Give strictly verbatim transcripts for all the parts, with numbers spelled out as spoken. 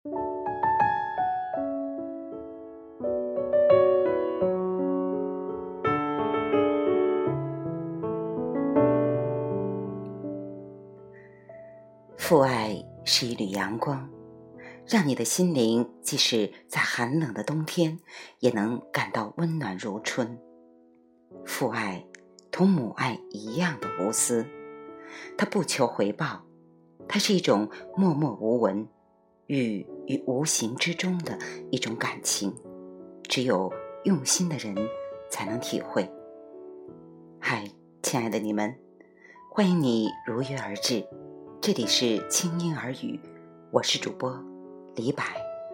父爱是一缕阳光，让你的心灵即使在寒冷的冬天也能感到温暖如春。父爱同母爱一样的无私，它不求回报，它是一种默默无闻、寓于无形之中的一种感情，只有用心的人才能体会。嗨，亲爱的你们，欢迎你如约而至，这里是清音耳语，我是主播李柏。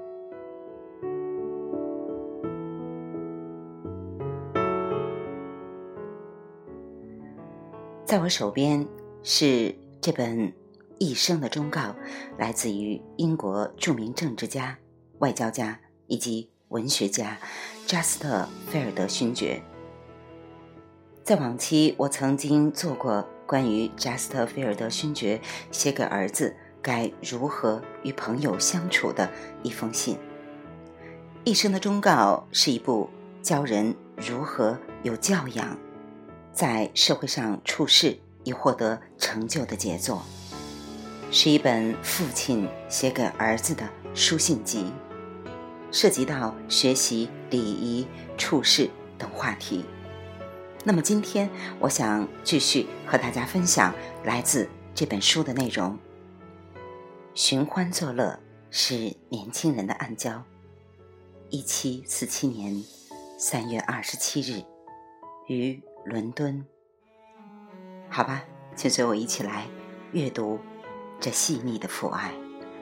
在我手边是这本一生的忠告，来自于英国著名政治家、外交家以及文学家扎斯特·菲尔德勋爵。在往期我曾经做过关于扎斯特·菲尔德勋爵写给儿子该如何与朋友相处的一封信。一生的忠告是一部教人如何有教养，在社会上处事以获得成就的杰作，是一本父亲写给儿子的书信集，涉及到学习、礼仪、处事等话题。那么今天我想继续和大家分享来自这本书的内容。寻欢作乐是年轻人的暗礁。一七四七年三月二十七日，于伦敦。好吧，请随我一起来阅读这细腻的父爱。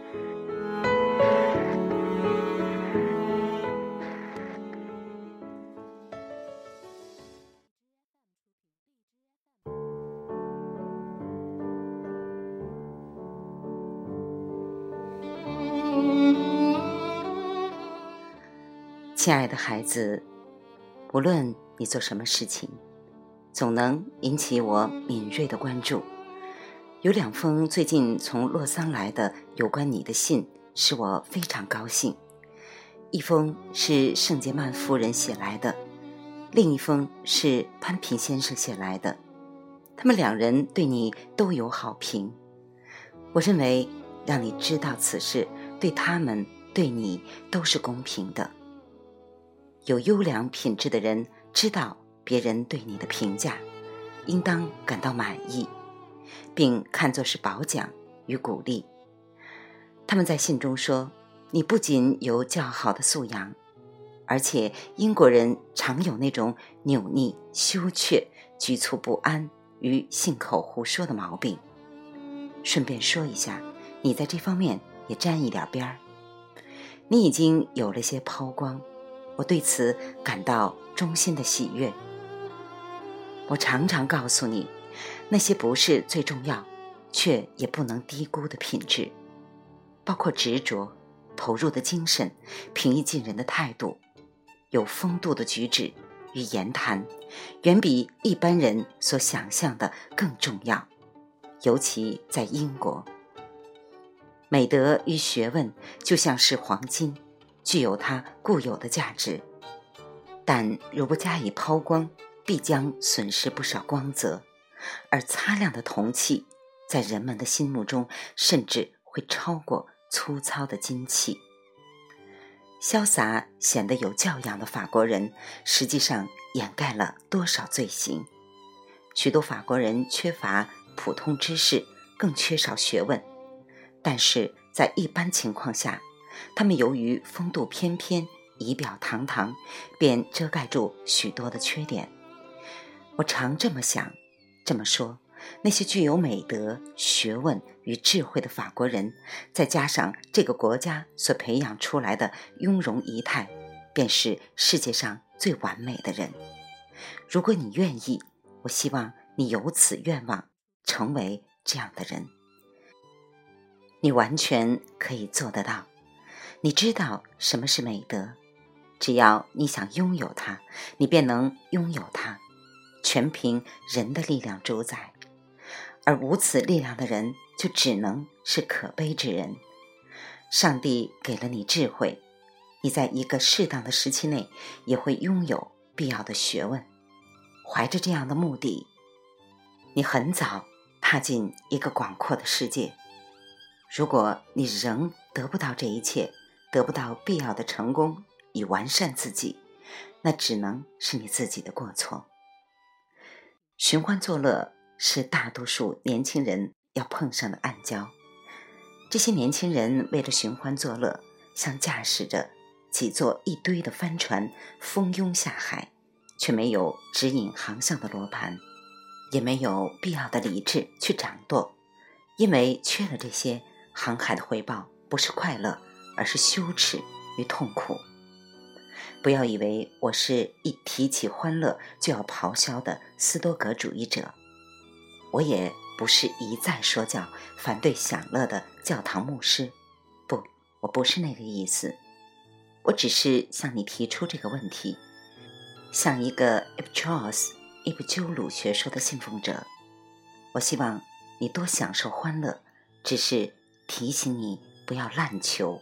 亲爱的孩子，无论你做什么事情，总能引起我敏锐的关注。有两封最近从洛桑来的有关你的信使我非常高兴，一封是圣杰曼夫人写来的，另一封是潘平先生写来的。他们两人对你都有好评，我认为让你知道此事对他们对你都是公平的。有优良品质的人知道别人对你的评价，应当感到满意，并看作是褒奖与鼓励。他们在信中说，你不仅有较好的素养，而且英国人常有那种扭捏、羞怯、局促不安与信口胡说的毛病。顺便说一下，你在这方面也沾一点边儿。你已经有了些抛光，我对此感到衷心的喜悦。我常常告诉你，那些不是最重要，却也不能低估的品质，包括执着、投入的精神、平易近人的态度、有风度的举止与言谈，远比一般人所想象的更重要，尤其在英国。美德与学问就像是黄金，具有它固有的价值，但如不加以抛光，必将损失不少光泽，而擦亮的铜器在人们的心目中甚至会超过粗糙的金器。潇洒显得有教养的法国人实际上掩盖了多少罪行。许多法国人缺乏普通知识，更缺少学问，但是在一般情况下，他们由于风度翩翩、仪表堂堂，便遮盖住许多的缺点。我常这么想，这么说，那些具有美德、学问与智慧的法国人，再加上这个国家所培养出来的雍容仪态，便是世界上最完美的人。如果你愿意，我希望你有此愿望，成为这样的人。你完全可以做得到。你知道什么是美德，只要你想拥有它，你便能拥有它，全凭人的力量主宰。而无此力量的人，就只能是可悲之人。 上帝给了你智慧，你在一个适当的时期内也会拥有必要的学问。怀着这样的目的，你很早踏进一个广阔的世界。如果你仍得不到这一切，得不到必要的成功以完善自己，那只能是你自己的过错。寻欢作乐是大多数年轻人要碰上的暗礁。这些年轻人为了寻欢作乐，像驾驶着几座一堆的帆船蜂拥下海，却没有指引航向的罗盘，也没有必要的理智去掌舵，因为缺了这些，航海的回报不是快乐，而是羞耻与痛苦。不要以为我是一提起欢乐就要咆哮的斯多葛主义者，我也不是一再说教反对享乐的教堂牧师，不，我不是那个意思。我只是向你提出这个问题，像一个 Epicurus 伊布鸠鲁学说的信奉者。我希望你多享受欢乐，只是提醒你不要滥求。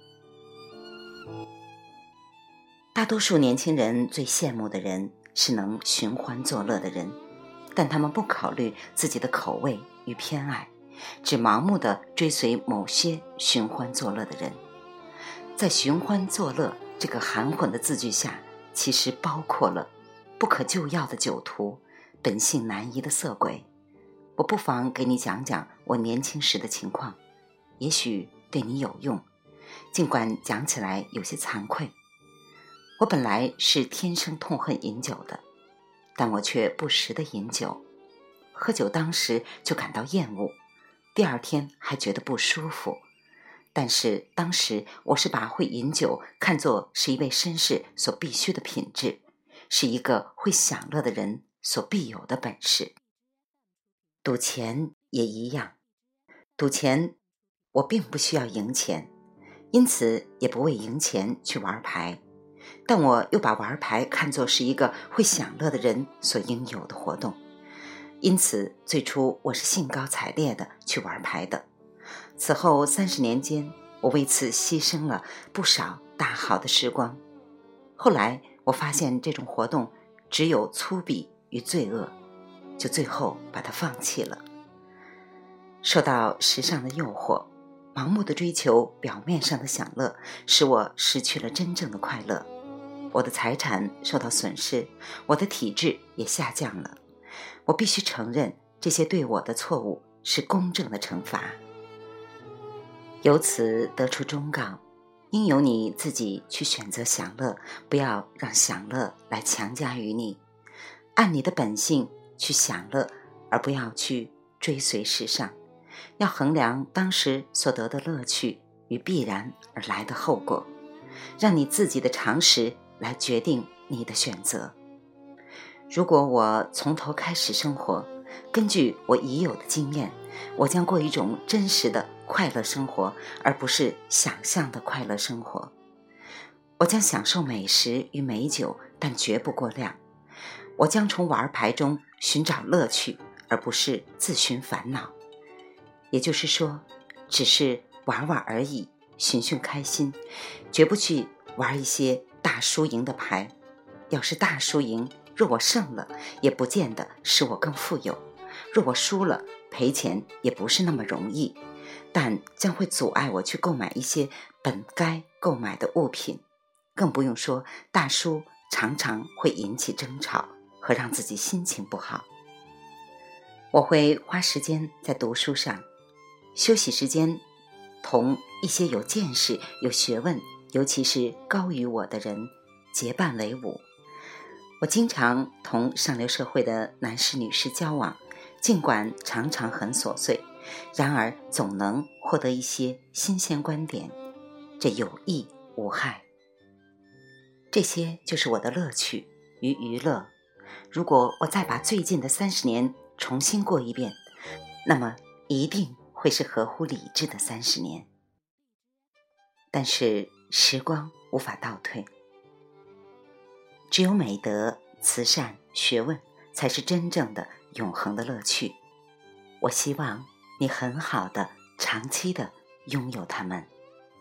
大多数年轻人最羡慕的人是能寻欢作乐的人，但他们不考虑自己的口味与偏爱，只盲目地追随某些寻欢作乐的人。在寻欢作乐这个含混的字句下，其实包括了不可救药的酒徒，本性难移的色鬼。我不妨给你讲讲我年轻时的情况，也许对你有用，尽管讲起来有些惭愧。我本来是天生痛恨饮酒的，但我却不时地饮酒。喝酒当时就感到厌恶，第二天还觉得不舒服。但是当时我是把会饮酒看作是一位绅士所必须的品质，是一个会享乐的人所必有的本事。赌钱也一样，赌钱我并不需要赢钱，因此也不为赢钱去玩牌，但我又把玩牌看作是一个会享乐的人所应有的活动，因此最初我是兴高采烈地去玩牌的。此后三十年间，我为此牺牲了不少大好的时光。后来我发现这种活动只有粗鄙与罪恶，就最后把它放弃了。受到时尚的诱惑，盲目的追求表面上的享乐，使我失去了真正的快乐。我的财产受到损失，我的体质也下降了。我必须承认，这些对我的错误是公正的惩罚。由此得出忠告，应由你自己去选择享乐，不要让享乐来强加于你。按你的本性去享乐，而不要去追随时尚。要衡量当时所得的乐趣与必然而来的后果，让你自己的常识来决定你的选择。如果我从头开始生活，根据我已有的经验，我将过一种真实的快乐生活，而不是想象的快乐生活。我将享受美食与美酒，但绝不过量。我将从玩牌中寻找乐趣，而不是自寻烦恼。也就是说，只是玩玩而已，寻寻开心，绝不去玩一些大输赢的牌。要是大输赢，若我胜了，也不见得使我更富有；若我输了，赔钱也不是那么容易，但将会阻碍我去购买一些本该购买的物品。更不用说大输常常会引起争吵和让自己心情不好。我会花时间在读书上，休息时间同一些有见识、有学问，尤其是高于我的人结伴为伍。我经常同上流社会的男士女士交往，尽管常常很琐碎，然而总能获得一些新鲜观点，这有益无害。这些就是我的乐趣与娱乐。如果我再把最近的三十年重新过一遍，那么一定会是合乎理智的三十年。但是时光无法倒退，只有美德、慈善、学问才是真正的永恒的乐趣。我希望你很好的、长期的拥有它们。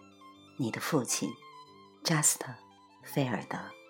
你的父亲，扎斯特·菲尔德。